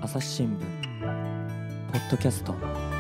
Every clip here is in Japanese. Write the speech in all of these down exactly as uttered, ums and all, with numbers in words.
朝日新聞ポッドキャスト。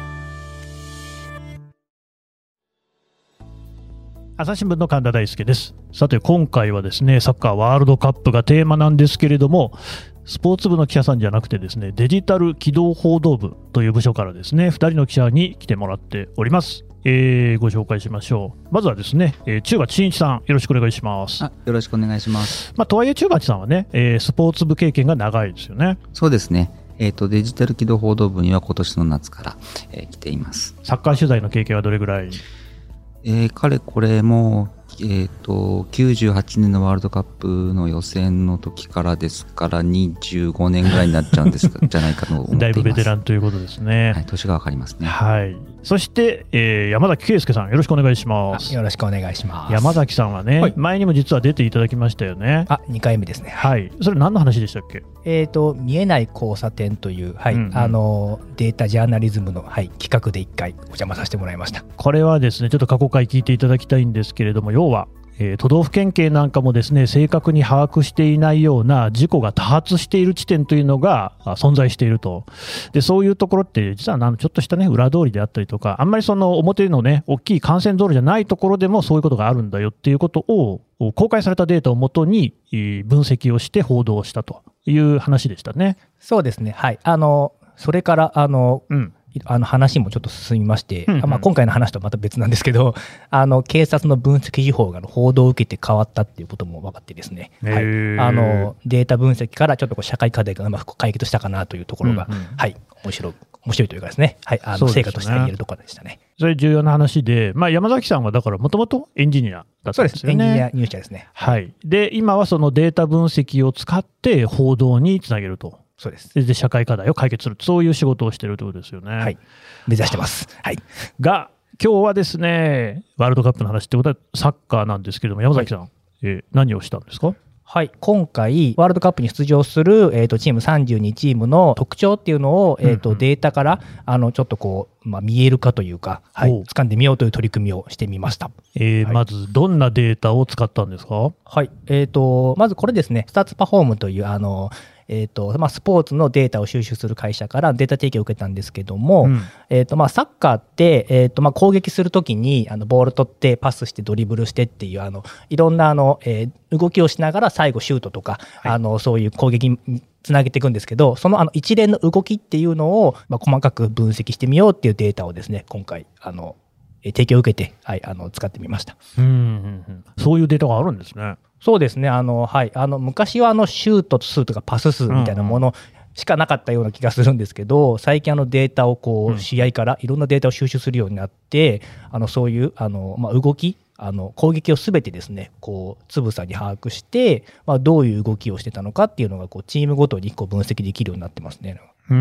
朝日新聞の神田大輔です。さて今回はですね、サッカーワールドカップがテーマなんですけれども、スポーツ部の記者さんじゃなくてですね、デジタル機動報道部という部署からですね、ふたりの記者に来てもらっております。えー、ご紹介しましょう。まずはですね、えー、中鉢真一さん、よろしくお願いします。 あ、よろしくお願いします。 まあ、とはいえ中鉢さんはね、えー、スポーツ部経験が長いですよね。 そうですね。えーと、デジタル機動報道部には今年の夏から、えー、来ています。 サッカー取材の経験はどれぐらい？ えー、かれこれもうえーと、きゅうじゅうはちねんのワールドカップの予選の時からですからにじゅうごねんぐらいになっちゃうんですじゃないかと思っています。 だいぶベテランということですね。 はい、年がわかりますね。 はい。そして、えー、山崎圭介さん、よろしくお願いします。 よろしくお願いします。 山崎さんはね、はい、前にも実は出ていただきましたよね。 あ、にかいめですね。 はい。それ何の話でしたっけ？ えーと、見えない交差点という、はい、うんうん、あのデータジャーナリズムの、はい、企画でいっかいお邪魔させてもらいました。 これはですね、ちょっと過去回聞いていただきたいんですけれども、要はえー、都道府県警なんかもですね、正確に把握していないような事故が多発している地点というのが存在していると。で、そういうところって実はなんちょっとしたね、裏通りであったりとか、あんまりその表のね、大きい幹線道路じゃないところでもそういうことがあるんだよっていうことを公開されたデータをもとに分析をして報道したという話でしたね。 そうですね。はい。あの、それからあの、うんあの話もちょっと進みまして、うんうん、まあ、今回の話とはまた別なんですけど、あの警察の分析手法が報道を受けて変わったっていうことも分かってですね、はい、あのデータ分析からちょっとこう社会課題がうまく解決したかなというところが、うんうん、はい、面白い面白いというかですね、はい、あの成果として言えるところでしたね。 それ重要な話で、まあ、山崎さんはだからもともとエンジニアだったんですよね。 そうです、エンジニア入社ですね。 はい。で、今はそのデータ分析を使って報道につなげると。 そうです。 で、社会課題を解決する、そういう仕事をしているということですよね。 はい。目指してます。はい。 が、今日はですね、ワールドカップの話ってことはサッカーなんですけれども、山崎さん、はい、えー、何をしたんですか？ はい、今回ワールドカップに出場する、えー、とチームさんじゅうにチームの特徴っていうのを、えー、とデータからあのちょっとこう、まあ、見えるかというか、はい、掴んでみようという取り組みをしてみました。 えーはい、まずどんなデータを使ったんですか？ はい、えー、とまずこれですね、スタッツパフォームというあのえーとまあ、スポーツのデータを収集する会社からデータ提供を受けたんですけども、うんえーとまあ、サッカーって、えーとまあ、攻撃するときにあのボール取ってパスしてドリブルしてっていうあのいろんなあの、えー、動きをしながら最後シュートとか、はい、あのそういう攻撃につなげていくんですけど、そのあの一連の動きっていうのを、まあ、細かく分析してみようっていうデータをですね、今回あの提供を受けて、はい、あの使ってみました。 うんうんうん、そういうデータがあるんですね。 そうですね、あの、はい、あの昔はあのシュート数とかパス数みたいなものしかなかったような気がするんですけど、最近あのデータをこう試合からいろんなデータを収集するようになって、あのそういうあの、まあ、動きあの攻撃をすべてですねこうつぶさに把握して、まあ、どういう動きをしてたのかっていうのがこうチームごとにこう分析できるようになってますね。 うん、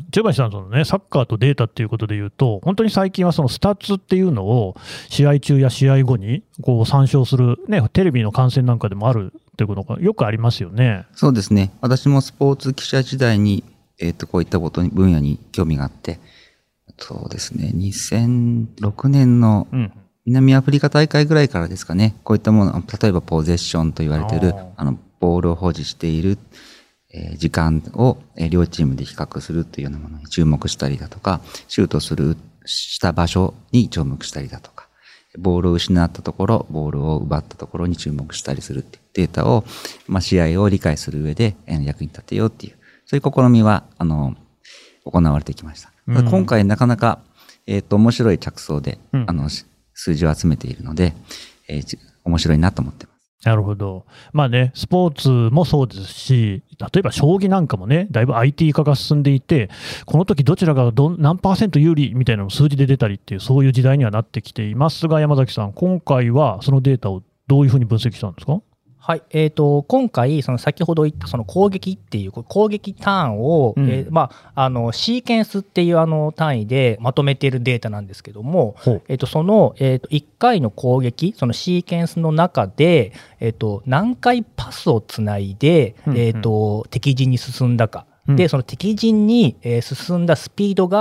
中林さん、そのね、サッカーとデータっていうことでいうと、本当に最近はそのスタッツっていうのを試合中や試合後にこう参照する、ね、テレビの観戦なんかでもあるっていうことがよくありますよね。 そうですね。私もスポーツ記者時代に、えー、とこういったことに分野に興味があって、そうですね、にせんろくねんの南アフリカ大会ぐらいからですかね、こういったもの、例えばポゼッションと言われているあのボールを保持している時間を両チームで比較するというようなものに注目したりだとか、シュートするした場所に注目したりだとか、ボールを失ったところ、ボールを奪ったところに注目したりするっていうデータを、まあ、試合を理解する上で役に立てようっていう、そういう試みはあの行われてきました。うん、今回なかなか、えー、と面白い着想で、うん、あの数字を集めているので、えー、面白いなと思ってます。 なるほど。まあね、スポーツもそうですし、例えば将棋なんかもね、だいぶ アイティー 化が進んでいて、この時どちらがど何パーセント有利みたいなの数字で出たりっていう、そういう時代にはなってきていますが、山崎さん、今回はそのデータをどういうふうに分析したんですか？ はい、えーと、今回その先ほど言ったその攻撃っていう攻撃ターンを、うんえーまあ、あのシーケンスっていうあの単位でまとめているデータなんですけども、えーと、その、えーと、いっかいの攻撃そのシーケンスの中で、えーと、何回パスをつないで、うんうんえーと、敵陣に進んだか、うん、でその敵陣に、えー、進んだスピードが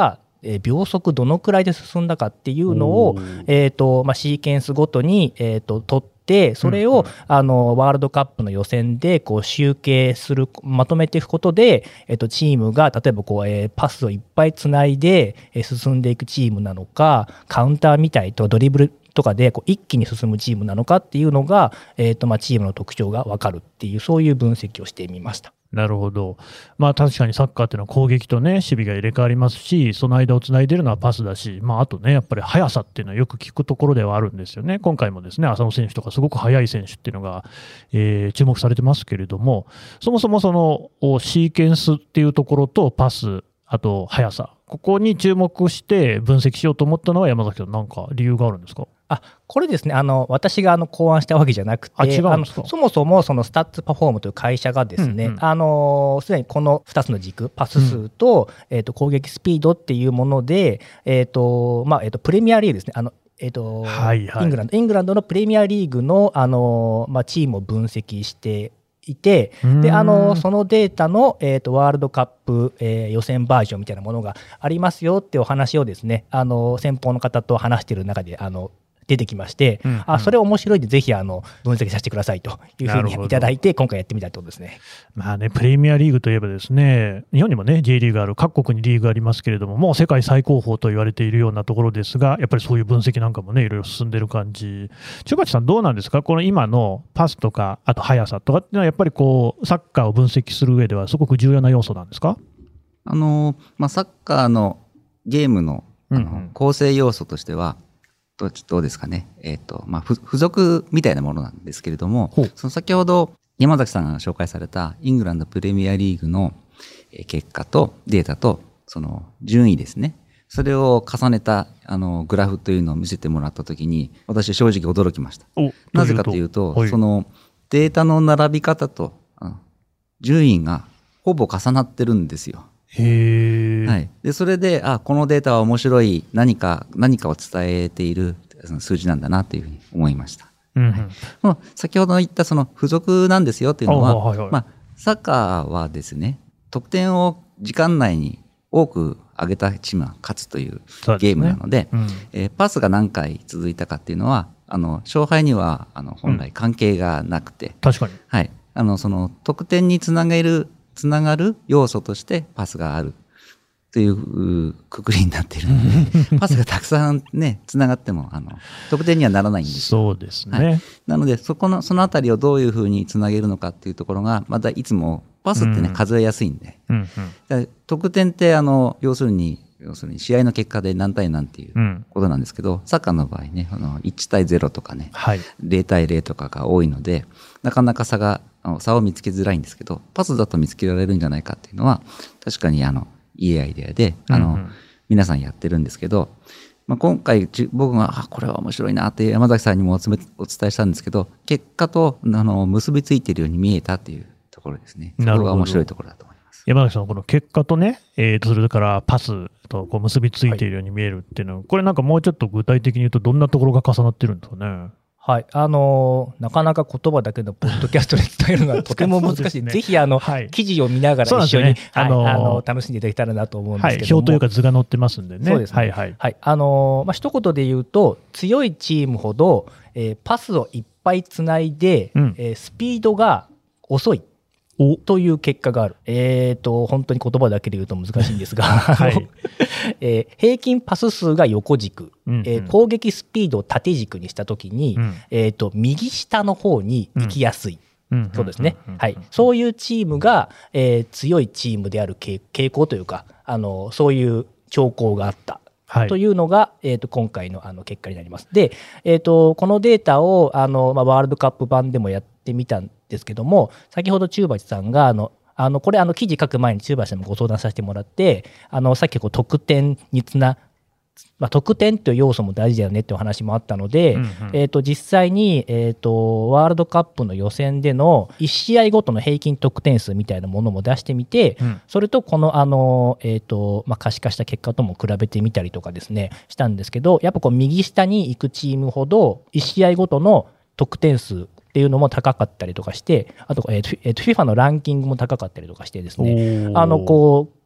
えー、秒速どのくらいで進んだかっていうのを、えーとまあ、シーケンスごとに、えーと、取ってでそれを、うんうん、あのワールドカップの予選でこう集計するまとめていくことで、えっと、チームが例えばこう、えー、パスをいっぱいつないで、えー、進んでいくチームなのかカウンターみたいとドリブルとかでこう一気に進むチームなのかっていうのが、えーとまあ、チームの特徴が分かるっていうそういう分析をしてみました。 なるほど。まあ確かにサッカーっていうのは攻撃とね、守備が入れ替わりますし、その間をつないでるのはパスだし、まああとね、やっぱり速さっていうのはよく聞くところではあるんですよね。今回もですね、浅野選手とかすごく速い選手っていうのが、えー、注目されてますけれども、そもそもそのシーケンスっていうところとパス、あと速さ、ここに注目して分析しようと思ったのは山崎さん、なんか理由があるんですか？ あこれですね、あの私があの考案したわけじゃなくて、 あ違うんですか？ あのそもそもそのスタッツパフォームという会社がですね、うんうん、あのすでにこのふたつの軸、パス数と、うんえー、と攻撃スピードっていうもので、えーとまあえー、とプレミアリーグですね、あのえーとはいはい、 イングランド、イングランドのプレミアリーグの、あの、まあ、チームを分析していて、であのそのデータの、えー、とワールドカップ、えー、予選バージョンみたいなものがありますよってお話をですね、あの先方の方と話している中であの出てきまして、うんうん、あそれ面白いんでぜひあの分析させてくださいというふうにいただいて今回やってみたいということですね。 まあね、プレミアリーグといえばですね、日本にもね J リーグある、各国にリーグがありますけれども、もう世界最高峰と言われているようなところですが、やっぱりそういう分析なんかもねいろいろ進んでる感じ。中鉢さんどうなんですか？この今のパスとかあと速さとかっていうのはやっぱりこうサッカーを分析する上ではすごく重要な要素なんですか？ あの、まあ、サッカーのゲーム の, あの、うんうん、構成要素としてはどうですかね、えーとまあ、付属みたいなものなんですけれども、その先ほど山崎さんが紹介されたイングランドプレミアリーグの結果とデータとその順位ですね、それを重ねたあのグラフというのを見せてもらったときに私は正直驚きました。なぜかというと、はい、そのデータの並び方と順位がほぼ重なってるんですよ。 へはい、でそれであこのデータは面白い何か何かを伝えている数字なんだなというふうに思いました。うんうんはい、先ほど言ったその付属なんですよというのは、はいはいまあ、サッカーはですね得点を時間内に多く上げたチームは勝つというゲームなの で, で、ねうんえー、パスが何回続いたかっていうのはあの勝敗にはあの本来関係がなくて、うん、 確かに、 はい、あのその得点につなげるつながる要素としてパスがあるというくくりになっているのでパスがたくさんねつながってもあの得点にはならないんですよ。 そうですね、 はい、なのでそこのそのあたりをどういうふうにつなげるのかっていうところがまたいつもパスってね、うん、数えやすいんで、うんうん、得点ってあの要するに要するに試合の結果で何対何っていうことなんですけど、うん、サッカーの場合ねあのいち対ゼロとかね、はい、ゼロ対ゼロとかが多いのでなかなか差が差を見つけづらいんですけど、パスだと見つけられるんじゃないかっていうのは確かにあのいいアイデアであの、うんうん、皆さんやってるんですけど、まあ、今回僕があこれは面白いなって山崎さんにもお伝えしたんですけど結果とあの結びついているように見えたっていうところですね。そこが面白いところだと思います。 山崎さんこの結果とね、えー、とそれからパスとこう結びついているように見えるっていうのは、はい、これなんかもうちょっと具体的に言うとどんなところが重なってるんですかね。 はい、あのー、なかなか言葉だけのポッドキャストで伝えるのはとても難しい。ね、ぜひあの、はい、記事を見ながら一緒に、ねはいあのー、あの楽しんでいただけたらなと思うんですけども、はい、 表というか図が載ってますんでね。 そうですね。はいはいはい、あのー、まあ一言で言うと強いチームほど、えー、パスをいっぱいつないで、うんえー、スピードが遅い。という結果がある。えーと、本当に言葉だけで言うと難しいんですが、はいえー、平均パス数が横軸、うんうんえー、攻撃スピードを縦軸にしたときに、うんえーと、右下の方に行きやすい。うん、そうですね、はい。そういうチームが、えー、強いチームである傾向というか、あのそういう兆候があった。はい、というのが、えー、と今回の、あの結果になります。で、えー、とこのデータをあの、まあ、ワールドカップ版でもやってみたんですけども、先ほど中鉢さんがあのあのこれあの記事書く前に中鉢さんもご相談させてもらって、あのさっきこう得点につなまあ、得点という要素も大事だよねっていうお話もあったので、うんうんえー、と実際に、えー、とワールドカップの予選でのいち試合ごとの平均得点数みたいなものも出してみて、うん、それとこの、あの、えーとまあ、可視化した結果とも比べてみたりとかですねしたんですけど、やっぱこう右下に行くチームほどいち試合ごとの得点数っていうのも高かったりとかして、あと、えーとえー、と FIFA のランキングも高かったりとかしてですね、あのこう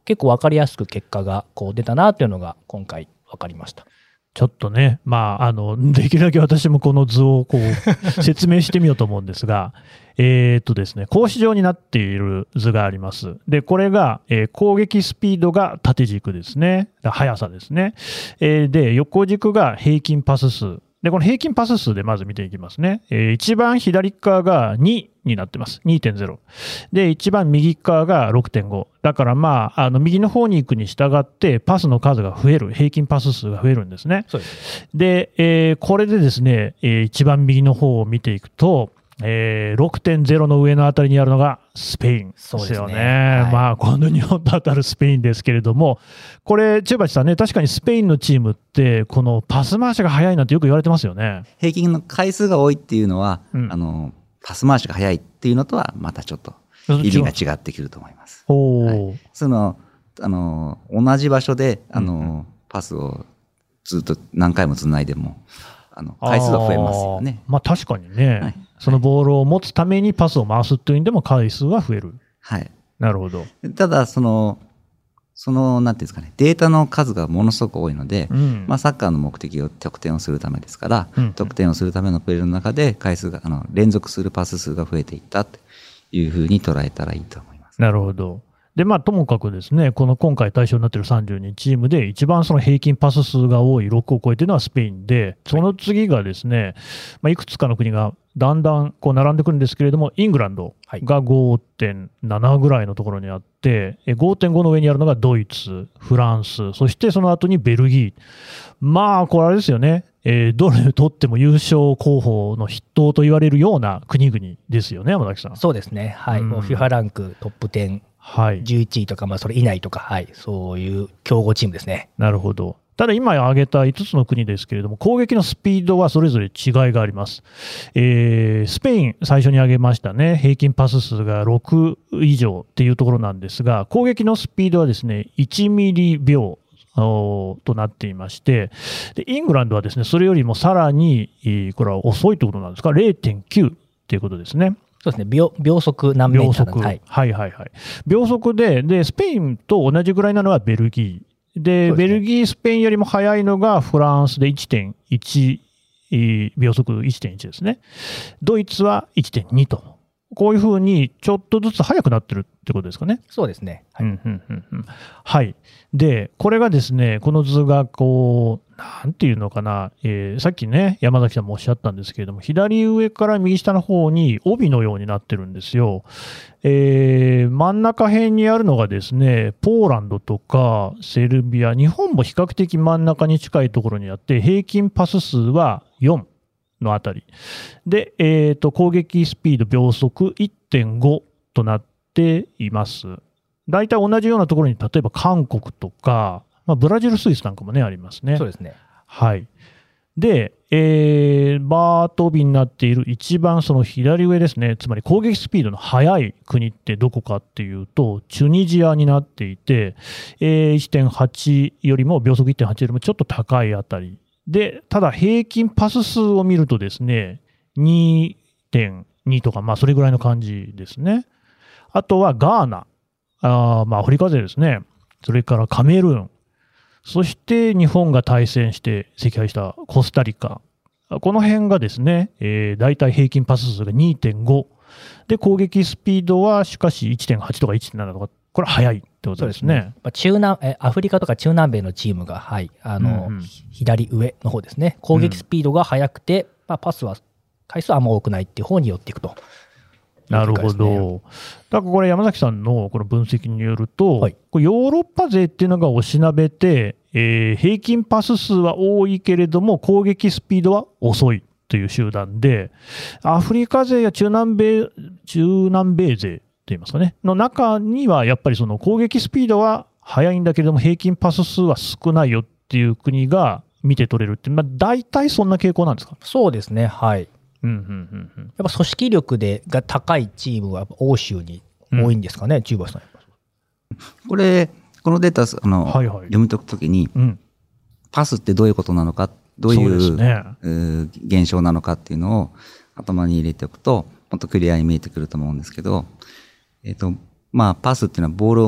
結構分かりやすく結果がこう出たなというのが今回分かりました。 ちょっとね、まあ、あの、できるだけ私もこの図をこう説明してみようと思うんですが、えっとですね、格子状になっている図があります。で、これが、えー攻撃スピードが縦軸ですね。速さですね。えーで、横軸が平均パス数。で、この平均パス数でまず見ていきますね。えー一番左側がにになってます。にてんゼロ。で、一番右側が ろくてんご。だからまあ、あの、右の方に行くに従って、パスの数が増える、平均パス数が増えるんですね。 そうです。 で、えーこれでですね、えー一番右の方を見ていくと、えーろくてんゼロの上のあたりにあるのがスペインですよね。 そうですねはい、 まあ、今度日本と当たるスペインですけれども、これ、千葉さんね、確かにスペインのチームって、このパス回しが速いなんてよく言われてますよね。 平均の回数が多いっていうのは、 うんあのパス回しが速いっていうのとはまたちょっと意味が違ってくると思います。 おーはい、そのあの同じ場所であの、うん、パスをずっと何回もつないでもあの回数は増えますよね。 まあ確かにね、 はい、 そのボールを持つためにパスを回すという意味でも回数は増える。 はい。 なるほど。 ただそのそのなんていうんですかね、データの数がものすごく多いので、うんまあ、サッカーの目的を得点をするためですから、うん、得点をするためのプレーの中で回数があの連続するパス数が増えていったというふうに捉えたらいいと思います。 なるほど。で、まあ、ともかくですね、この今回対象になっているさんじゅうにチームで、一番その平均パス数が多いろくを超えているのはスペインで、その次がですね、まあ、いくつかの国がだんだんこう並んでくるんですけれども、イングランドが ごてんなな ぐらいのところにあって、ごてんご の上にあるのがドイツ、フランス、そしてその後にベルギー。まあ、これあれですよね。えー、どれを取っても優勝候補の筆頭と言われるような国々ですよね、山崎さん。 そうですね。はい。うん、もう FIFA ランクトップじゅう。はい、じゅういちいとか、まあ、それ以内とか、はい、そういう強豪チームですね。 なるほど。ただ、今挙げたいつつの国ですけれども、攻撃のスピードはそれぞれ違いがあります。えー、スペイン、最初に挙げましたね、平均パス数がろく以上っていうところなんですが、攻撃のスピードはですね、いちミリびょうとなっていまして、で、イングランドはですね、それよりもさらに、これは遅いということなんですか、れいてんきゅうっていうことですね。 そうですね。秒、秒速何メーター秒速、はい、はいはいはい。秒速で、で、スペインと同じぐらいなのはベルギー。で、でね、ベルギー、スペインよりも速いのがフランスで いってんいち、秒速 いってんいち ですね。ドイツは いってんに と。こういうふうにちょっとずつ速くなってるってことですかね。 そうですね。 はい。うんうんうんうん、はい。で、これがですね、この図がこう、なんていうのかな、えー、さっきね、山崎さんもおっしゃったんですけれども、左上から右下の方に帯のようになってるんですよ。えー、真ん中辺にあるのがですね、ポーランドとかセルビア、日本も比較的真ん中に近いところにあって、平均パス数はよん。のあたりで、えーと、攻撃スピード秒速 いってんご となっています。大体同じようなところに、例えば韓国とか、まあ、ブラジル、スイスなんかもね、ありますね。 そうですね。 はい。で、えー、バーと帯になっている一番その左上ですね、つまり攻撃スピードの速い国ってどこかっていうと、チュニジアになっていて、えー、いってんはち よりも、秒速 いってんはち よりもちょっと高いあたり。で、ただ平均パス数を見るとですね、にてんに とか、まあそれぐらいの感じですね。あとはガーナ、あまあアフリカ勢ですね。それからカメルーン。そして日本が対戦して惜敗したコスタリカ。この辺がですね、えー、大体平均パス数が にてんご。で、攻撃スピードはしかし いってんはち とか いってんなな とか、これ早いってことですね。 ですね。中南えアフリカとか中南米のチームが、はい、あの、うんうん、左上の方ですね。攻撃スピードが速くて、うんまあ、パスは回数はあんま多くないっていう方に寄っていくと、ね。 なるほど。だからこれ山崎さんのこの分析によると、はい、ヨーロッパ勢っていうのがおしなべて、えー、平均パス数は多いけれども攻撃スピードは遅いという集団で、アフリカ勢や中南米、中南米勢と言いますかね、の中にはやっぱりその攻撃スピードは速いんだけれども平均パス数は少ないよっていう国が見て取れるって、まあ、大体そんな傾向なんですか？ そうですね、はい。うんうんうんうん、やっぱ組織力でが高いチームは欧州に多いんですかね、うん、中林さん。 これこのデータあの、はいはい、読み解くときに、うん、パスってどういうことなのか、どういう、ね、う現象なのかっていうのを頭に入れておくともっとクリアに見えてくると思うんですけど、えーとまあ、パスっていうのはボールを保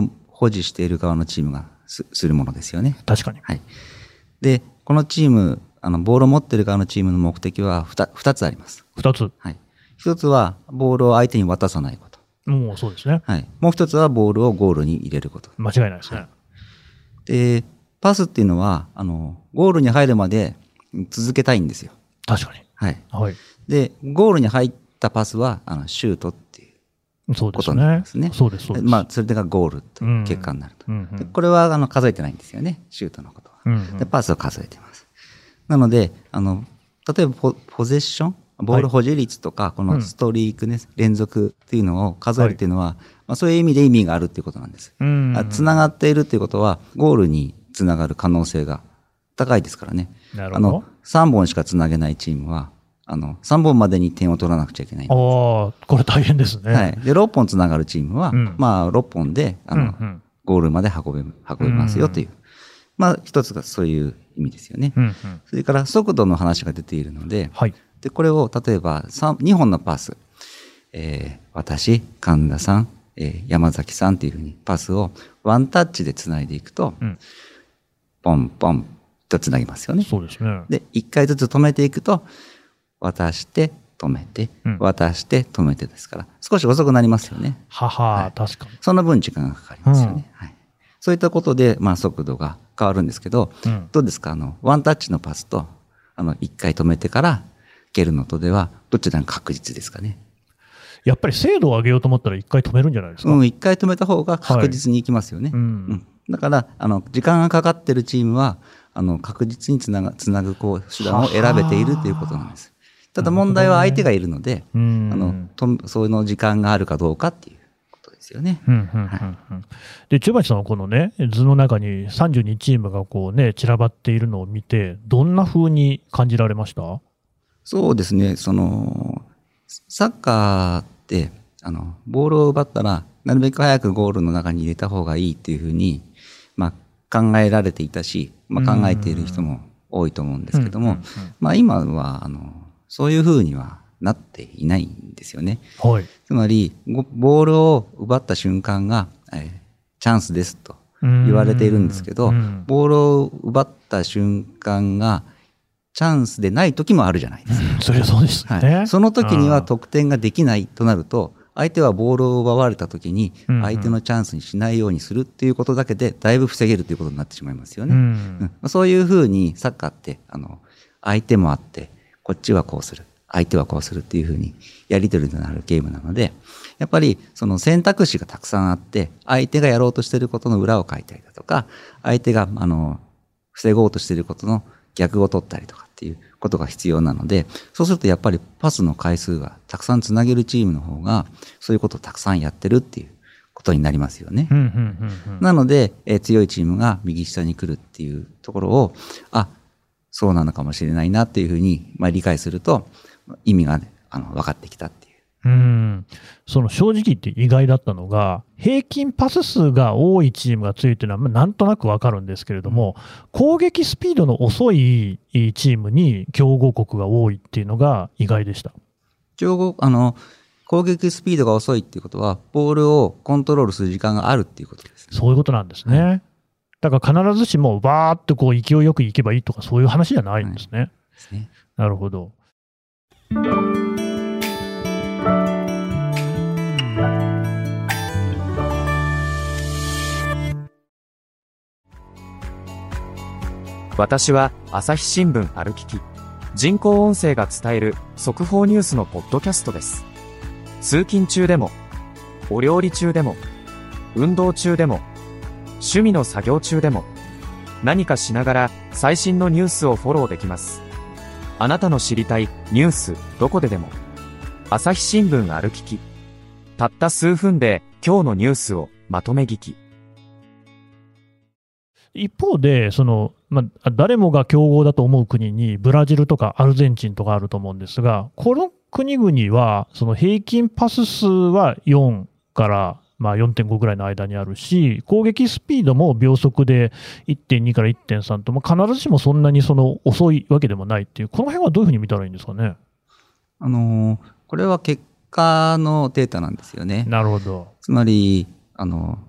保持している側のチームが す, するものですよね。 確かに。 はい。で、このチーム、あの、ボールを持っている側のチームの目的は 2, 2つあります。 ふたつ。 はい。ひとつは、ボールを相手に渡さないこと。 もうそうですね。 はい。もうひとつは、ボールをゴールに入れること。 間違いないですね。はい、 で、パスっていうのは、あの、ゴールに入るまで続けたいんですよ。 確かに。 はい。 はい。 で、ゴールに入ったパスは、あの、シュートっていうことになりますね。 そうです、そうです。 まあ、それがゴールという結果になると。うんうん、でこれは、あの、数えてないんですよね。シュートのことは。うんうん、で、パスを数えてます。なので、あの、例えばポ、ポゼッション、ボール保持率とか、はい、このストリークね、うん、連続っていうのを数えるっていうのは、はい、まあ、そういう意味で意味があるっていうことなんです。つながっているっていうことは、ゴールにつながる可能性が高いですからね。 なるほど。 あの、さんぼんしかつなげないチームは、あの、さんぼんまでに点を取らなくちゃいけない。 ああ、これ大変ですね。 はい。で、ろっぽんつながるチームは、うん、まあ、ろっぽんで、あの、うんうん、ゴールまで運べ、運べますよという。うん、まあ、一つがそういう意味ですよね。うんうん、それから速度の話が出ているので、はい、で、これを例えばにほんのパス、えー、私、神田さん、えー、山崎さんっていうふうにパスをワンタッチでつないでいくと、うん、ポンポンとつなぎますよね。 そうですね。 で、一回ずつ止めていくと、渡して止めて、うん、渡して止めてですから、少し遅くなりますよね。 はは、はい、確かに。 その分時間がかかりますよね。うん、はい。そういったことで、まあ、速度が変わるんですけど、うん、どうですか、あの、ワンタッチのパスと、あの、一回止めてから蹴るのとでは、どちらが確実ですかね。 やっぱり精度を上げようと思ったら一回止めるんじゃないですか。 うん、一回止めた方が確実にいきますよね。はい、うんうん、だから、あの、時間がかかってるチームは、あの、確実につなが、つなぐ、こう、手段を選べているということなんです。ただ問題は相手がいるので、ね、あの、と、その時間があるかどうかっていうことですよね。 で、中林さんはこのね、図の中にさんじゅうにチームがこうね、散らばっているのを見て、どんな風に感じられました？ そうですね、その、サッカーって、あの、ボールを奪ったら、なるべく早くゴールの中に入れた方がいいっていうふうに、まあ、考えられていたし、まあ、考えている人も多いと思うんですけども、まあ、今は、あの、そういうふうにはなっていないんですよね。はい、つまり、ボールを奪った瞬間が、えー、チャンスですと言われているんですけど、ボールを奪った瞬間が、チャンスでない時もあるじゃないですか。 うん、それはそうですね、 はい。その時には得点ができないとなると、相手はボールを奪われた時に、相手のチャンスにしないようにするっていうことだけで、だいぶ防げるということになってしまいますよね。うんうん、そういうふうにサッカーって、あの、相手もあって、こっちはこうする、相手はこうするっていうふうにやり取りのあるゲームなので、やっぱりその選択肢がたくさんあって、相手がやろうとしていることの裏を書いたりだとか、相手が、あの、防ごうとしていることの逆を取ったりとかっていうことが必要なので、そうするとやっぱりパスの回数がたくさんつなげるチームの方が、そういうことをたくさんやってるっていうことになりますよね。なので、えー、強いチームが右下に来るっていうところを、あ、そうなのかもしれないなっていうふうに、まあ、理解すると意味が、ね、あの分かってきたっていう。 うん、その正直言って意外だったのが、平均パス数が多いチームが強いというのは、まあ、なんとなく分かるんですけれども、攻撃スピードの遅いチームに強豪国が多いっていうのが意外でした。 強豪、あの、攻撃スピードが遅いっていうことは、ボールをコントロールする時間があるっていうことです、ね。 そういうことなんですね。はい、だから必ずしもバーッとこう勢いよくいけばいいとかそういう話じゃないんですね。はい、ですね。なるほど。 私は朝日新聞ある聞き、人工音声が伝える速報ニュースのポッドキャストです。通勤中でも、お料理中でも、運動中でも、趣味の作業中でも、何かしながら最新のニュースをフォローできます。あなたの知りたいニュースどこででも、朝日新聞ある聞き。たった数分で今日のニュースをまとめ聞き。 一方で、その、まあ、誰もが強豪だと思う国にブラジルとかアルゼンチンとかあると思うんですが、この国々はその平均パス数はよんからまあ よんてんご ぐらいの間にあるし、攻撃スピードも秒速で いってんに から いってんさん と、まあ、必ずしもそんなにその遅いわけでもないっていう、この辺はどういうふうに見たらいいんですかね。 あのー、これは結果のデータなんですよね。 なるほど。 つまり、あの、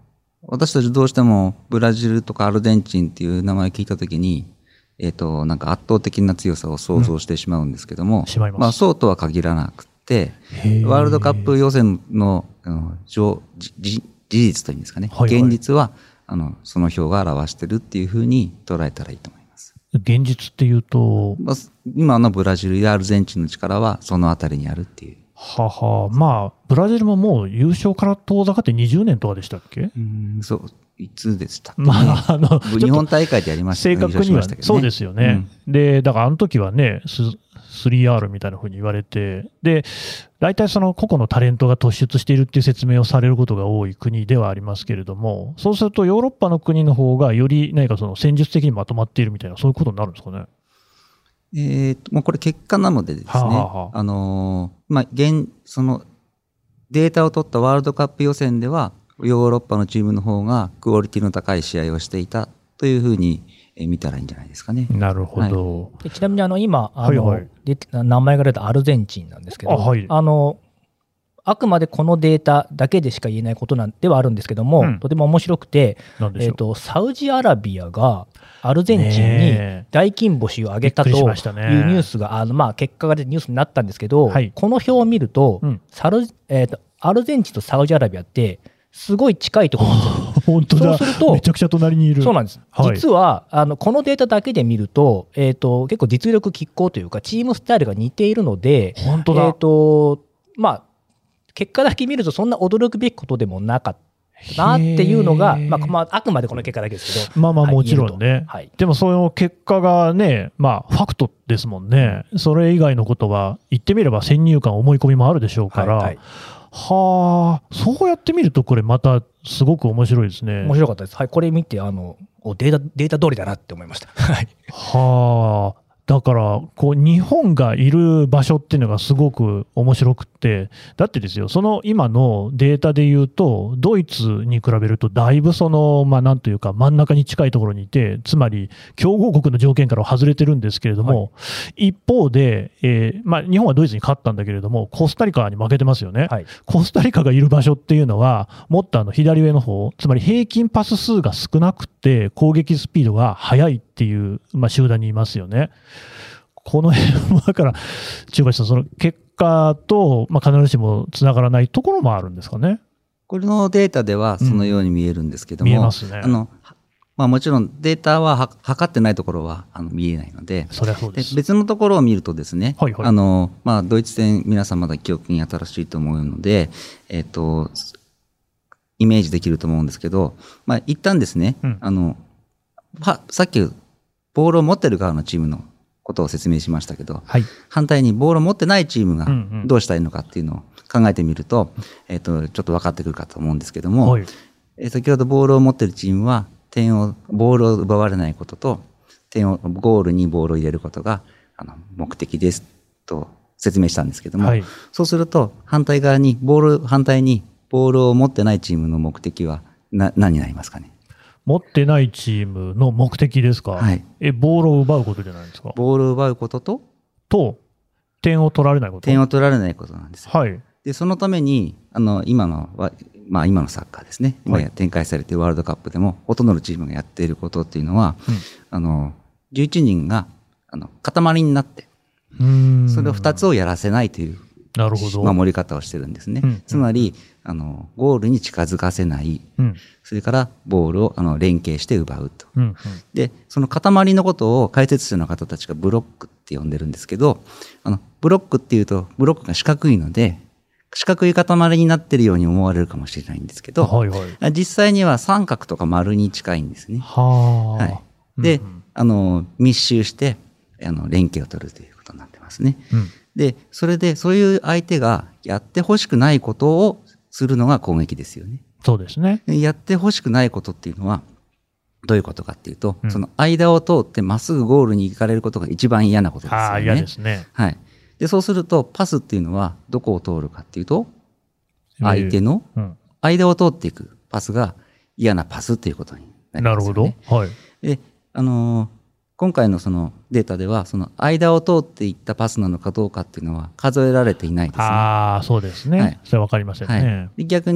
私たちどうしてもブラジルとかアルゼンチンっていう名前を聞いたときに、えっと、なんか圧倒的な強さを想像してしまうんですけども、 しまいます。 まあそうとは限らなくて、ワールドカップ予選の、あの事実というんですかね、はいはい、現実はあのその表が表してるっていうふうに捉えたらいいと思います。 現実っていうと、 まあ、今のブラジルやアルゼンチンの力はそのあたりにあるっていう。 はは、まあブラジルももう優勝から遠ざかってにじゅうねんとかでしたっけ？ うん、そう。いつでしたっけ、ね、 まあ、あの日本大会でやりましたね。 正確にはそうですよね。うん、で、だからあの時はね、スリーアール みたいな風に言われて、で、大体その個々のタレントが突出しているっていう説明をされることが多い国ではありますけれども、そうするとヨーロッパの国の方がより何かその戦術的にまとまっているみたいな、そういうことになるんですかね。 えーと、もうこれ結果なのでですね、はあはあ、あのー、まあ、現、そのデータを取ったワールドカップ予選では、ヨーロッパのチームの方がクオリティの高い試合をしていたというふうに見たらいいんじゃないですかね。 なるほど。 はい、ちなみにあの今あの、はいはい、名前が出たアルゼンチンなんですけど、あ、はい、あのあくまでこのデータだけでしか言えないことなんではあるんですけども、うん、とても面白くて、えーと、サウジアラビアがアルゼンチンに大金星を挙げたというニュースが、あのまあ結果が出てニュースになったんですけど、はい、この表を見ると、うん、サルえーと、アルゼンチンとサウジアラビアってすごい近いところなんですよ。 本当だ。 そうするとめちゃくちゃ隣にいる。 そうなんです。はい、実はあのこのデータだけで見ると、えーと、結構実力拮抗というかチームスタイルが似ているので、 本当だ。 えーとまあ、結果だけ見るとそんな驚くべきことでもなかったなっていうのが、まあまあ、あくまでこの結果だけですけど、 まあまあもちろんね、はい、でもその結果がね、まあ、ファクトですもんね。それ以外のことは言ってみれば先入観、思い込みもあるでしょうから。はいはい、はあ、そうやって見るとこれまたすごく面白いですね。 面白かったです。はい、これ見てあのデータデータ通りだなって思いました。はい。 はあ。だからこう日本がいる場所っていうのがすごく面白くって、だってですよ、その今のデータで言うとドイツに比べるとだいぶそのまあなんというか真ん中に近いところにいて、つまり強豪国の条件から外れてるんですけれども、はい、一方で、えーまあ、日本はドイツに勝ったんだけれどもコスタリカに負けてますよね。はい、コスタリカがいる場所っていうのはもっとあの左上の方、つまり平均パス数が少なくて攻撃スピードが速いっていう、まあ、集団にいますよね。この辺もだから千葉さん、その結果と、まあ、必ずしもつながらないところもあるんですかね。 これのデータではそのように見えるんですけども、 うん、見えますね。 あのまあ、もちろんデータはは測ってないところはあの見えないので、 そりゃそうです。 で別のところを見るとですね、 はいはい、 あのまあ、ドイツ戦皆さんまだ記憶に新しいと思うので、えっとイメージできると思うんですけど、まあ、一旦ですね、うん、あのさっきボールを持ってる側のチームのことを説明しましたけど、はい、反対にボールを持ってないチームがどうしたらいいのかっていうのを考えてみると、うんうん、えっと、ちょっと分かってくるかと思うんですけども、はい、え先ほどボールを持ってるチームは点をボールを奪われないことと点をゴールにボールを入れることがあの目的ですと説明したんですけども、はい、そうすると反対側にボール反対にボールを持ってないチームの目的はな何になりますかね。 持ってないチームの目的ですか。はい、えボールを奪うことじゃないですか。 ボールを奪うこととと点を取られないこと。 点を取られないことなんですよ。 はい、 でそのためにあの今の、まあ、今のサッカーですね、今展開されているワールドカップでもほとんどのチームがやっていることっていうのは、うん、あのじゅういちにんがあの塊になってうーんそれをふたつをやらせないというなるほど守り方をしてるんですね。うん、つまりあのゴールに近づかせない、うん、それからボールをあの連携して奪うと、うんうん、でその塊のことを解説者の方たちがブロックって呼んでるんですけど、あのブロックっていうとブロックが四角いので四角い塊になってるように思われるかもしれないんですけど、はいはい、実際には三角とか丸に近いんですね。は、はい、で、うんうん、あの密集してあの連携を取るということになってますね。うん、でそれでそういう相手がやってほしくないことをするのが攻撃ですよね。 そうですね。 やってほしくないことっていうのはどういうことかっていうと、うん、その間を通ってまっすぐゴールに行かれることが一番嫌なことですよね。 あ、嫌ですね。 はい。でそうするとパスっていうのはどこを通るかっていうと相手の間を通っていくパスが嫌なパスっていうことになりますよね。 なるほど。はい。 であのー、今回のそのデータではその間を通っていったパスなのかどうかっていうのは数えられていないですね。 ああ、そうですね。はい、それは分かりませんね。 はい、で逆に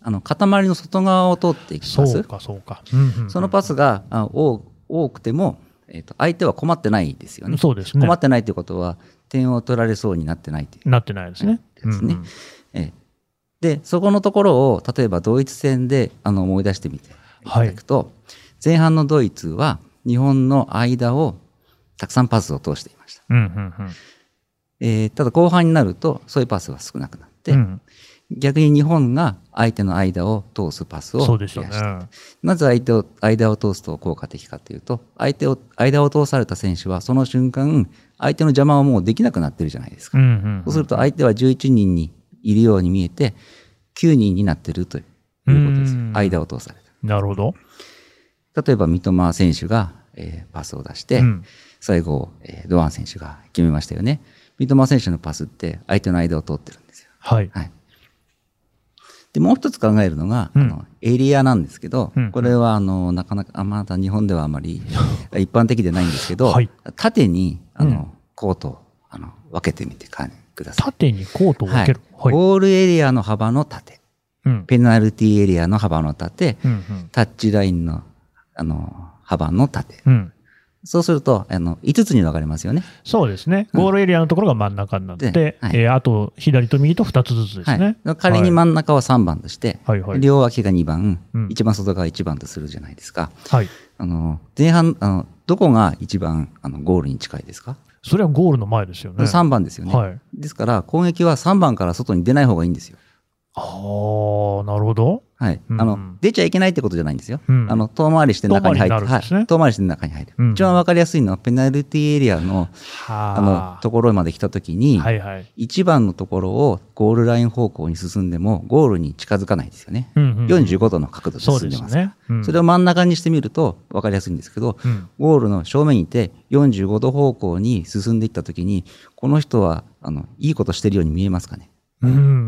あの塊の外側を通っていくパス、 そうかそうか、うんうんうん、 そのパスがあ多多くても、えー、と相手は困ってないですよね。 そうですね。 困ってないということは点を取られそうになってないというなってないですね。 ですね、 うんうんえーでそこのところを例えばドイツ戦であの思い出してみていただくと、はい、前半のドイツは日本の間をたくさんパスを通していました、うんうんうんえー、ただ後半になるとそういうパスは少なくなって、うん、逆に日本が相手の間を通すパスを増やした、ね、なぜ相手を間を通すと効果的かというと相手を間を通された選手はその瞬間相手の邪魔はもうできなくなってるじゃないですか、うんうんうん、そうすると相手はじゅういちにんにいるように見えてきゅうにんになってるということです。間を通された。 なるほど。 例えば三笘選手が、えー、パスを出して、うん、最後、えー、堂安選手が決めましたよね。三笘選手のパスって相手の間を通ってるんですよ。はい。はい、でもう一つ考えるのが、うん、あのエリアなんですけど、うん、これはあのなかなかまだ日本ではあまり一般的でないんですけど、はい、縦にあの、うん、コートをあの分けてみてください。 縦にコートを分ける、 はいはい、ゴールエリアの幅の縦、うん、ペナルティーエリアの幅の縦、うんうん、タッチラインの、あの幅の縦、うん、そうするとあのいつつに分かれますよね。 そうですね。ゴールエリアのところが真ん中になって、うんはいえー、あと左と右とふたつずつですね。 はい、仮に真ん中はさんばんとして、はいはい、両脇がにばん、うん、一番外側いちばんとするじゃないですか。はい、あの前半あのどこが一番あのゴールに近いですか？ それはゴールの前ですよね。 さんばんですよね、はい、ですから攻撃はさんばんから外に出ない方がいいんですよ。 ああ、なるほど。 はい、うん、あの出ちゃいけないってことじゃないんですよ。うん、あの遠回りして中に入って、ね、はい、遠回りして中に入る、うん、一番わかりやすいのはペナルティーエリアのあのところまで来たときに、はいはい、いちばんのところをゴールライン方向に進んでもゴールに近づかないですよね。うんうんうん、よんじゅうごどの角度で進んでますから。 そうですね、うん、それを真ん中にしてみるとわかりやすいんですけど、うん、ゴールの正面にいてよんじゅうごど方向に進んでいったときにこの人はあのいいことしてるように見えますかね。 うん、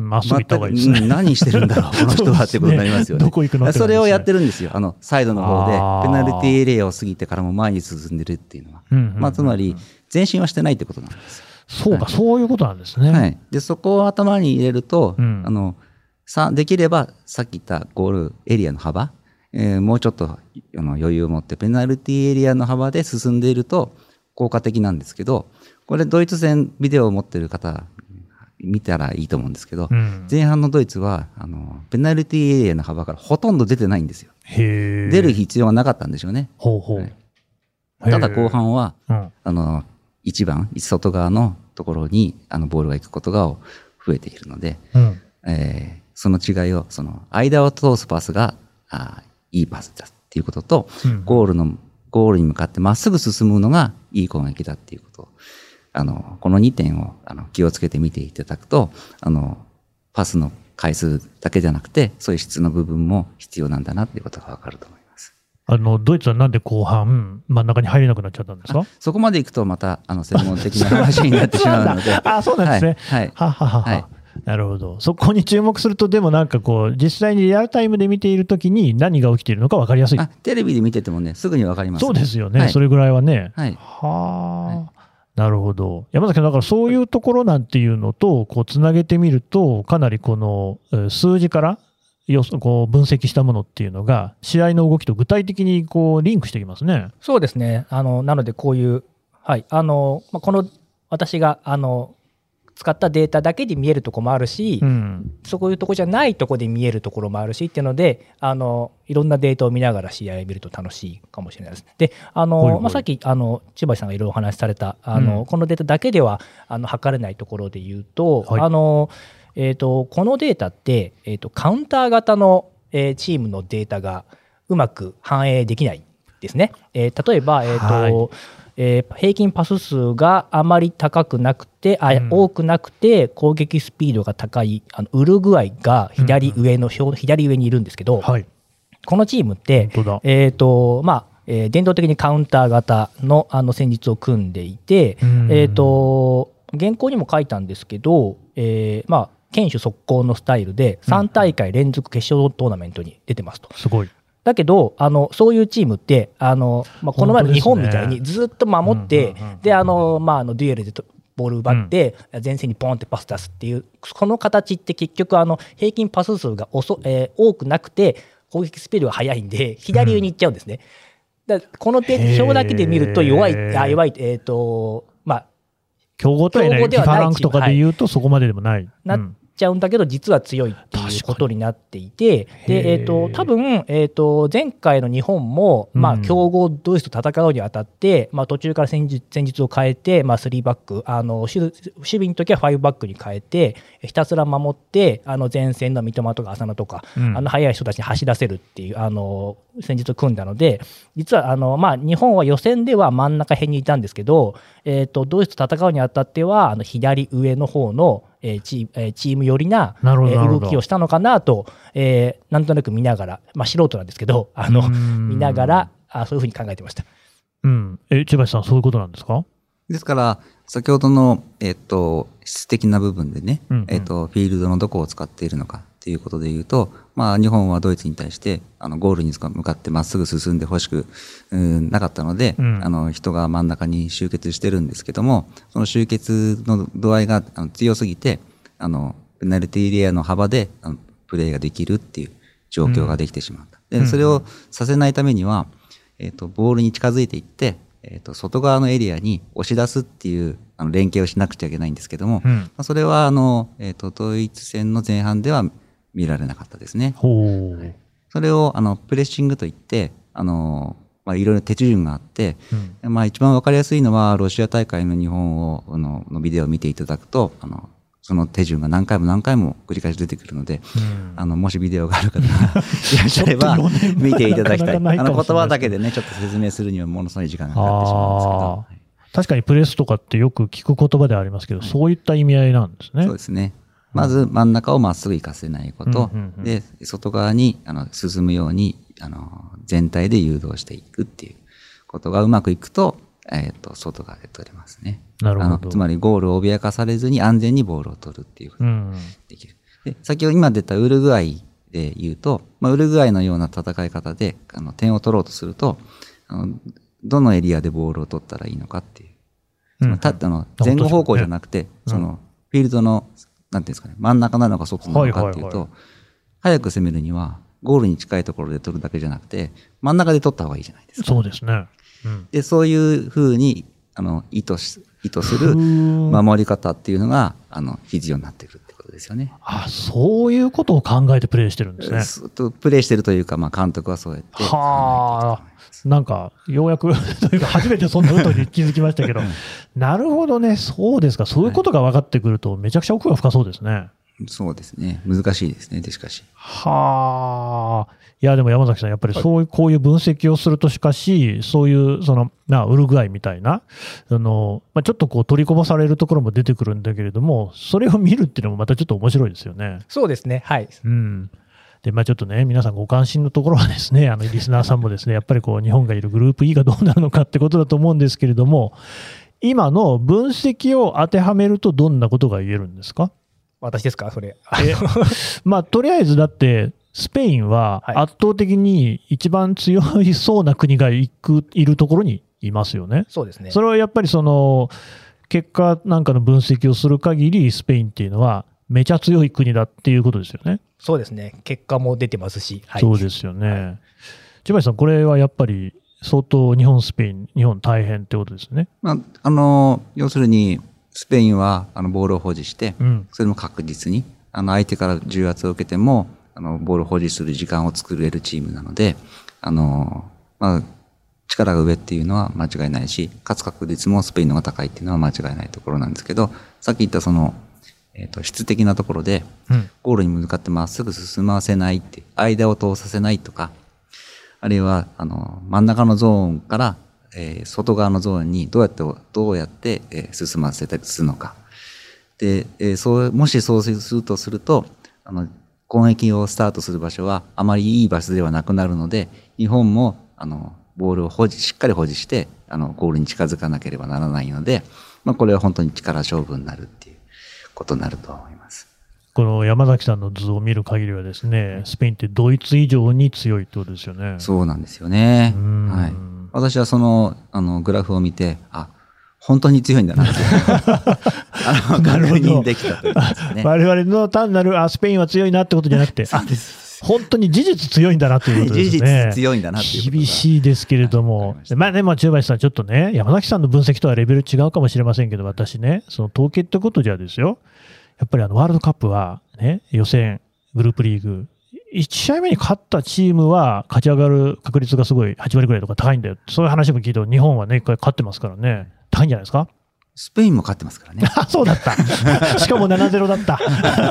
まっすぐ行った方がいいですね。 何してるんだろうこの人はってことになりますよね。 どこ行くのってそれをやってるんですよ。あのサイドの方でペナルティーエリアを過ぎてからも前に進んでるっていうのは、うんうんうんうん、まあ、つまり前進はしてないってことなんです。 そうか、はい、そういうことなんですね。 はい、でそこを頭に入れると、うん、あのさできればさっき言ったゴールエリアの幅、えー、もうちょっとあの余裕を持ってペナルティーエリアの幅で進んでいると効果的なんですけど、これドイツ戦ビデオを持っている方見たらいいと思うんですけど、うん、前半のドイツはあのペナルティーエリアの幅からほとんど出てないんですよ。へ出る必要はなかったんでしょうね。ほうほう、はい、ただ後半は、うん、あのいちばん外側のところにあのボールが行くことが増えているので、うんえー、その違いをその間を通すパスがあいいパスだっていうことと、うん、ゴールのゴールに向かってまっすぐ進むのがいい攻撃だっていうことをあのこのにてんをあの気をつけて見ていただくとあのパスの回数だけじゃなくてそういう質の部分も必要なんだなっていうことが分かると思います。 あのドイツはなんで後半真ん中に入れなくなっちゃったんですか？ そこまでいくとまたあの専門的な話になってしまうのであそうなんですね。はい、はい、はははは、はい、なるほど。そこに注目するとでもなんかこう実際にリアルタイムで見ているときに何が起きているのか分かりやすい。 あテレビで見ててもねすぐに分かります、ね、 そうですよね、はい、それぐらいはね。はい、はあ、はいなるほど。山崎さん、だからそういうところなんていうのとこうつなげてみるとかなりこの数字からよこう分析したものっていうのが試合の動きと具体的にこうリンクしてきますね。 そうですね。あのなのでこういう、はい、あのこの私があの使ったデータだけで見えるところもあるし、うん、そういうところじゃないところで見えるところもあるしっていうのであのいろんなデータを見ながら試合を見ると楽しいかもしれないです。であの、はいはいまあ、さっきあの千葉さんがいろいろお話しされたあの、うん、このデータだけではあの測れないところで言うと、はいあのえー、とこのデータって、えー、とカウンター型の、えー、チームのデータがうまく反映できないですね。えー、例えば、えーとはいえー、平均パス数があまり高くなくてあ、うん、多くなくて攻撃スピードが高いあのウルグアイが左上の、うん、左上にいるんですけど、はい、このチームって、えーとまあえー、伝統的にカウンター型 の, あの戦術を組んでいて、うんえー、と原稿にも書いたんですけど、えーまあ、堅守速攻のスタイルでさん大会連続決勝トーナメントに出てますと。 すごい。 だけどあのそういうチームってあの、まあ、この前の日本みたいにずっと守って、であの、まあ、あのデュエルでボール奪って、前線にポンってパス出すっていう、この形って結局あの平均パス数が遅、えー、多くなくて攻撃スピードが速いんで左上に行っちゃうんですね。うん、だこの点表だけで見ると弱い、あ弱い、えーとまあ、 強豪とはない、フィファランクとかでいうとそこまででもない。 なっちゃうんだけど実は強いっていうことになっていて、で、えー、と多分、えー、と前回の日本も、まあ、強豪ドイツと戦うにあたって、うん、まあ、途中から戦術、戦術を変えて、まあ、スリーバックあの守備の時はファイブバックに変えてひたすら守ってあの前線の三笘とか浅野とか、うん、あの速い人たちに走らせるっていうあの戦術を組んだので、実はあの、まあ、日本は予選では真ん中辺にいたんですけど、えー、とドイツと戦うにあたってはあの左上の方のえー、チ, ーチーム寄りな、えー、動きをしたのかなと、えー、なんとなく見ながら、まあ、素人なんですけどあの見ながらあそういうふうに考えてました。 うん、え千葉さんそういうことなんですか？ ですから先ほどの、えー、と質的な部分でね、うんうん、えー、とフィールドのどこを使っているのかということでいうと、まあ、日本はドイツに対してあのゴールに向かってまっすぐ進んでほしくなかったので、うん、あの人が真ん中に集結してるんですけども、その集結の度合いがあの強すぎてあのペナルティーエリアの幅であのプレーができるっていう状況ができてしまった。うん、でそれをさせないためには、えー、とボールに近づいていって、えー、と外側のエリアに押し出すっていうあの連携をしなくちゃいけないんですけども、うん、それはあの、えー、とドイツ戦の前半では見られなかったですね。ほう、はい、それをあのプレッシングといってあの、まあ、いろいろ手順があって、うん、まあ、一番わかりやすいのはロシア大会の日本をあののビデオを見ていただくとあのその手順が何回も何回も繰り返し出てくるので、うん、あのもしビデオがある方がいらっしゃれば見ていただきたい。あの言葉だけでねちょっと説明するにはものすごい時間がかかってしまうんですけど、はい、 確かにプレスとかってよく聞く言葉ではありますけど、はい、そういった意味合いなんですね。 そうですね。まず真ん中をまっすぐ行かせないこと、うんうんうん、で外側にあの進むようにあの全体で誘導していくっていうことがうまくいくと、えー、と外側で取れますね。 なるほど。 あのつまりゴールを脅かされずに安全にボールを取るっていうことができる。うんうん、で先ほど今出たウルグアイで言うと、まあ、ウルグアイのような戦い方であの点を取ろうとするとあのどのエリアでボールを取ったらいいのかっていう、うんうん、たあの前後方向じゃなくて、ね、そのフィールドのなんていうんですかね、真ん中なのか外なのかっていうと、はいはいはい、早く攻めるにはゴールに近いところで取るだけじゃなくて真ん中で取った方がいいじゃないですか。 そうですね。うん、でそういうふうにあの意図し意図する守り方っていうのがあの必要になってくるってことですよね。 あ、そういうことを考えてプレーしてるんですね。 プレーしてるというか、まあ、監督はそうやって考えていると思います。 なんかようやくというか初めてそんなことに気づきましたけどなるほどね、そうですか。そういうことが分かってくるとめちゃくちゃ奥が深そうですね。はい、 そうですね。難しいですね。でしかしはあ、いやでも山崎さんやっぱりそういう、はい、こういう分析をするとしかしそういうそのなウルグアイみたいなあの、まあ、ちょっとこう取りこぼされるところも出てくるんだけれども、それを見るっていうのもまたちょっと面白いですよね。 そうですね。はい。 うん。でまあ、ちょっとね皆さんご関心のところはですね、あのリスナーさんもですねやっぱりこう日本がいるグループ E がどうなるのかってことだと思うんですけれども、今の分析を当てはめるとどんなことが言えるんですか？ 私ですかそれ。 えまあとりあえずだってスペインは圧倒的に一番強いそうな国がいくいるところにいますよね。 そうですね。 それはやっぱりその結果なんかの分析をする限りスペインっていうのはめちゃ強い国だっていうことですよね。 そうですね。結果も出てますし、 はい、そうですよね。はい、千葉さんこれはやっぱり相当日本スペイン日本大変ってことですね。 まあ、あの要するにスペインはあのボールを保持して、うん、それも確実にあの相手から重圧を受けてもあのボールを保持する時間を作れるチームなので、あの、まあ、力が上っていうのは間違いないし、勝つ確率もスペインの方が高いっていうのは間違いないところなんですけど、さっき言ったその、えーと、質的なところで、うん、ゴールに向かってまっすぐ進ませないって、間を通させないとか、あるいはあの真ん中のゾーンから、えー、外側のゾーンにどうやってどうやって、えー、進ませたりするのか。で、えー、そうもしそうするとすると、あの攻撃をスタートする場所はあまりいい場所ではなくなるので、日本もあのボールを保持しっかり保持してあのゴールに近づかなければならないので、まあ、これは本当に力勝負になるっていうことになると思います。 この山崎さんの図を見る限りはですね、スペインってドイツ以上に強いってことですよね。 そうなんですよね。はい。私はそのあのグラフを見て、あ、 本当に強いんだなってあの確認できたということですね。 我々の単なるあスペインは強いなってことじゃなくて、 そうです本当に事実強いんだなということですね。 事実強いんだなっていうことが厳しいですけれども、はい、まあでも中林さんちょっとね、山崎さんの分析とはレベル違うかもしれませんけど、私ね、その統計ってことじゃですよ、やっぱりあのワールドカップはね、予選グループリーグいち試合目に勝ったチームは勝ち上がる確率がすごいはち割ぐらいとか高いんだよ、そういう話も聞いて、日本はね、一回勝ってますからね、高いんじゃないですか。 スペインも勝ってますからね。 そうだった。しかも ななたいゼロ だった。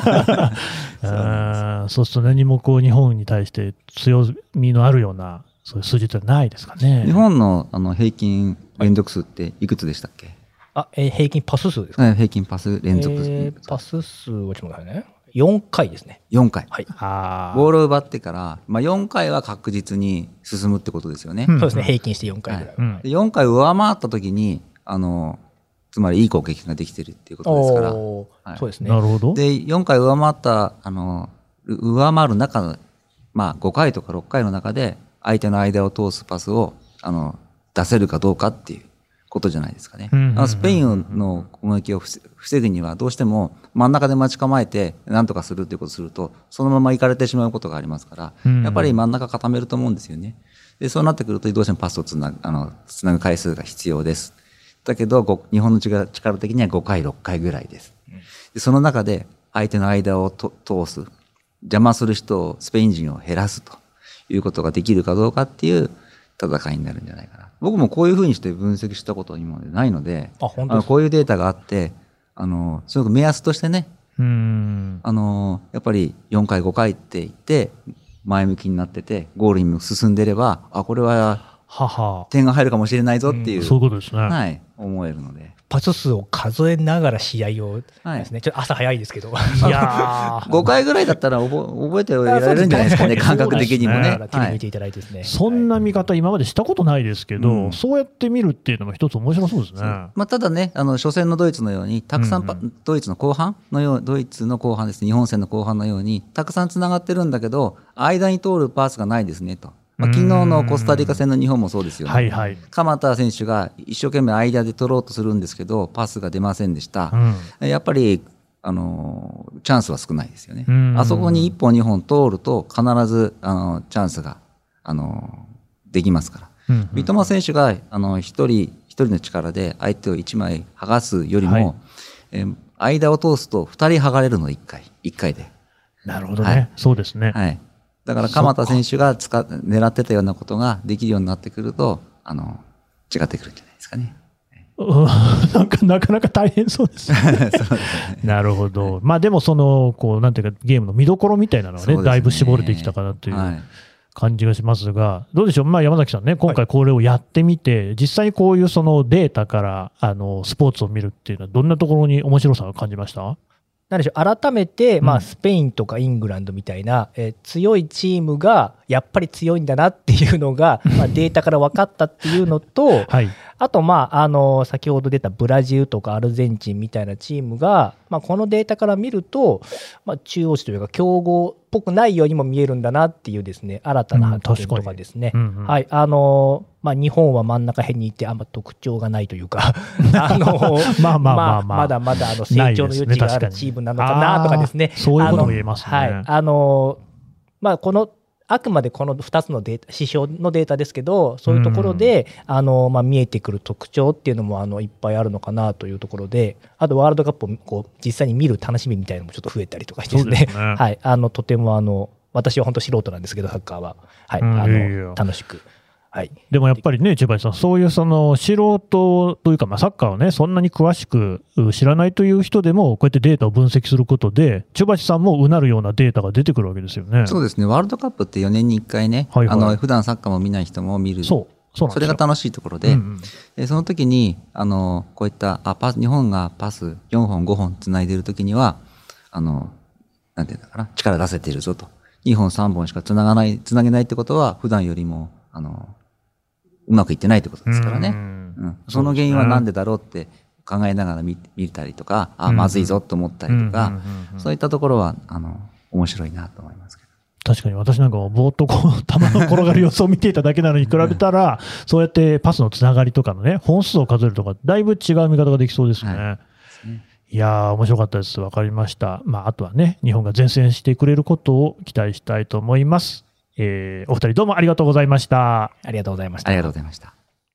あそうすると何もこう日本に対して強みのあるようなそういう数字ってないですかね。 日本のあの平均連続数っていくつでしたっけ？ あ、えー、平均パス数ですか？ 平均パス連続数、 えー、パス数はちょっと待ってね。よんかいですね。 よんかい。 はい。 あボールを奪ってから、まあ、よんかいは確実に進むってことですよね。 うん、 そうですね。平均してよんかいぐらい。 はい、 でよんかい上回ったときに、あの、つまりいい攻撃ができてるっていうことですから。 はい、そうですね。 なるほど。 で、よんかい上回った、あの、上回る中の、まあ、ごかいとかろっかいの中で、相手の間を通すパスを、あの、出せるかどうかっていうことじゃないですかね。 うんうんうんうん、 スペインの攻撃を防ぐには、どうしても真ん中で待ち構えて、なんとかするっていうことをすると、そのまま行かれてしまうことがありますから、うんうん、やっぱり真ん中固めると思うんですよね。で、そうなってくると、どうしてもパスをつなぐ、あの、つなぐ回数が必要です。だけど、日本の力的にはごかい、ろっかいぐらいです。でその中で、相手の間をと通す、邪魔する人を、スペイン人を減らすということができるかどうかっていう戦いになるんじゃないかな。僕もこういうふうにして分析したことは今までないので、 あ、本当ですか？ あのこういうデータがあって、あの、すごく目安としてね、 うーんあの、やっぱりよんかい、ごかいって言って、前向きになってて、ゴールにも進んでれば、あ、これは、 はは点が入るかもしれないぞっていう、 うん、そういうことですね。 はい、思えるので。 パス数を数えながら試合をですね、はい、ちょっと朝早いですけど。いやごかいぐらいだったら覚えてられるんじゃないですかね、感覚的にもね。 テレビ見ていただいてですね。 そんな見方今までしたことないですけど、うん、そうやって見るっていうのも一つ面白そうですね。 まあ、ただね、あの初戦のドイツのように、たくさん、うんうん、ドイツの後半のよう、ドイツの後半ですね、日本戦の後半のように、たくさんつながってるんだけど、間に通るパスがないですねと。まあ、昨日のコスタリカ戦の日本もそうですよね。 はいはい、 鎌田選手が一生懸命間で取ろうとするんですけど、パスが出ませんでした。うん、やっぱり、あの、チャンスは少ないですよね。あそこにいっぽんにほん通ると、必ず、あの、チャンスが、あの、できますから。うんうん、三笘選手が、あの、一人、一人の力で相手を一枚剥がすよりも、はい、えー、間を通すと二人剥がれるの一回、一回で。 なるほどね。はい、そうですね。 はい。だから鎌田選手が使狙ってたようなことができるようになってくると、あの、違ってくるんじゃないですかね。 なんかなかなか大変そうですね。そうですね。なるほど。まあでもその、こう、なんていうかゲームの見どころみたいなのはね、ねだいぶ絞れてきたかなという感じがしますが、はい、どうでしょう。まあ山崎さんね、今回これをやってみて、はい、実際にこういうそのデータから、あの、スポーツを見るっていうのはどんなところに面白さを感じました？ なんでしょう、改めて、まあ、スペインとかイングランドみたいな、うん、えー、強いチームがやっぱり強いんだなっていうのが、まあ、データから分かったっていうのと、はい、あと、まあ、あの先ほど出たブラジルとかアルゼンチンみたいなチームが、まあ、このデータから見ると、まあ、中央値というか強豪っぽくないようにも見えるんだなっていうですね、新たな発見とかですね、うんうん、はい、あのまあ、日本は真ん中辺にいてあんま特徴がないというかあのまあまあまあ、まあ、まだまだあの成長の余地があるチームなのかなとかですね、 そういうことも言えますね。 はい、あのまあ、このあくまでこのふたつのデータ指標のデータですけど、そういうところで、うん、あのまあ、見えてくる特徴っていうのもあのいっぱいあるのかなというところで、あとワールドカップをこう実際に見る楽しみみたいなのもちょっと増えたりとかしてですね、ですね、はい、あのとてもあの私は本当素人なんですけどサッカーは、はい、あのいやいや楽しく。はい、 でもやっぱりね、千葉さん、そういうその素人というか、まあ、サッカーをね、そんなに詳しく知らないという人でも、こうやってデータを分析することで、千葉さんもうなるようなデータが出てくるわけですよね。 そうですね、ワールドカップってよねんにいっかいね、はいはい、あの普段サッカーも見ない人も見る、そう、そうなんですよ。それが楽しいところで、うんうん、でその時にあのこういったあパス、日本がパスよんほん、ごほんつないでいる時には、あのなんていうんだかな、力出せているぞと、にほん、さんぼんしかつながない、つなげないってことは、普段よりも、あのうまくいってないってことですからね。うんうん、その原因はなんでだろうって考えながら 見, 見たりとか、あ、まずいぞと思ったりとか、そういったところはあの面白いなと思いますけど。 確かに私なんかもぼーっとこう球の転がる様子を見ていただけなのに比べたら、そうやってパスのつながりとかのね、本数を数えるとか、だいぶ違う見方ができそうですね。はい、いやー、面白かったです。わかりました。まあ、あとはね、日本が善戦してくれることを期待したいと思います。えー、お二人どうもありがとうございました。 ありがとうございました。 ありがとうございました。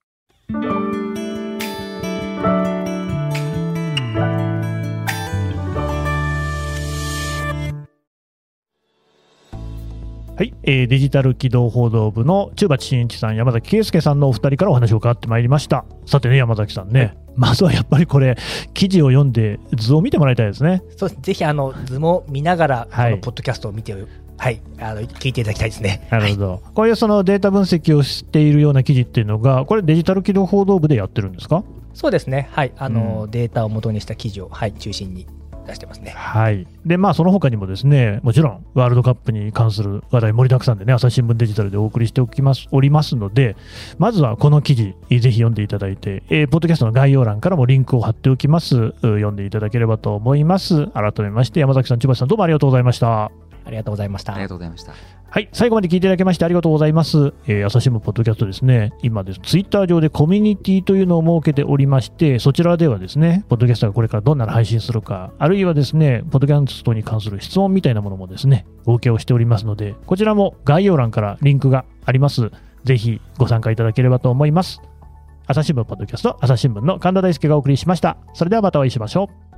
はい、えー、デジタル機動報道部の中鉢真一さん、山崎圭介さんのお二人からお話を伺ってまいりました。さてね、山崎さんね、はい、まずはやっぱりこれ、記事を読んで図を見てもらいたいですね。 そうです。ぜひあの図も見ながら、このポッドキャストを見て、はい、はい、あの聞いていただきたいですね。 なるほど。 はい、 こういうそのデータ分析をしているような記事っていうのが、これデジタル機動報道部でやってるんですか？ そうですね。はい、あの、うん、データを元にした記事を、はい、中心に出してますね。 はい。で、まあ、その他にもですね、もちろん、ワールドカップに関する話題盛りだくさんでね、朝日新聞デジタルでお送りしておきます、おりますので、まずはこの記事、ぜひ読んでいただいて、えー、ポッドキャストの概要欄からもリンクを貼っておきます。読んでいただければと思います。改めまして、山崎さん、千葉さん、どうもありがとうございました。 ありがとうございました。 ありがとうございました。 はい、最後まで聞いていただきましてありがとうございます。えー、朝日新聞ポッドキャストですね、今です、ツイッター上でコミュニティというのを設けておりまして、そちらではですね、ポッドキャストがこれからどんなの配信するか、あるいはですね、ポッドキャストに関する質問みたいなものもですね、お受けをしておりますので、こちらも概要欄からリンクがあります。ぜひご参加いただければと思います。朝日新聞ポッドキャスト、朝日新聞の神田大輔がお送りしました。それではまたお会いしましょう。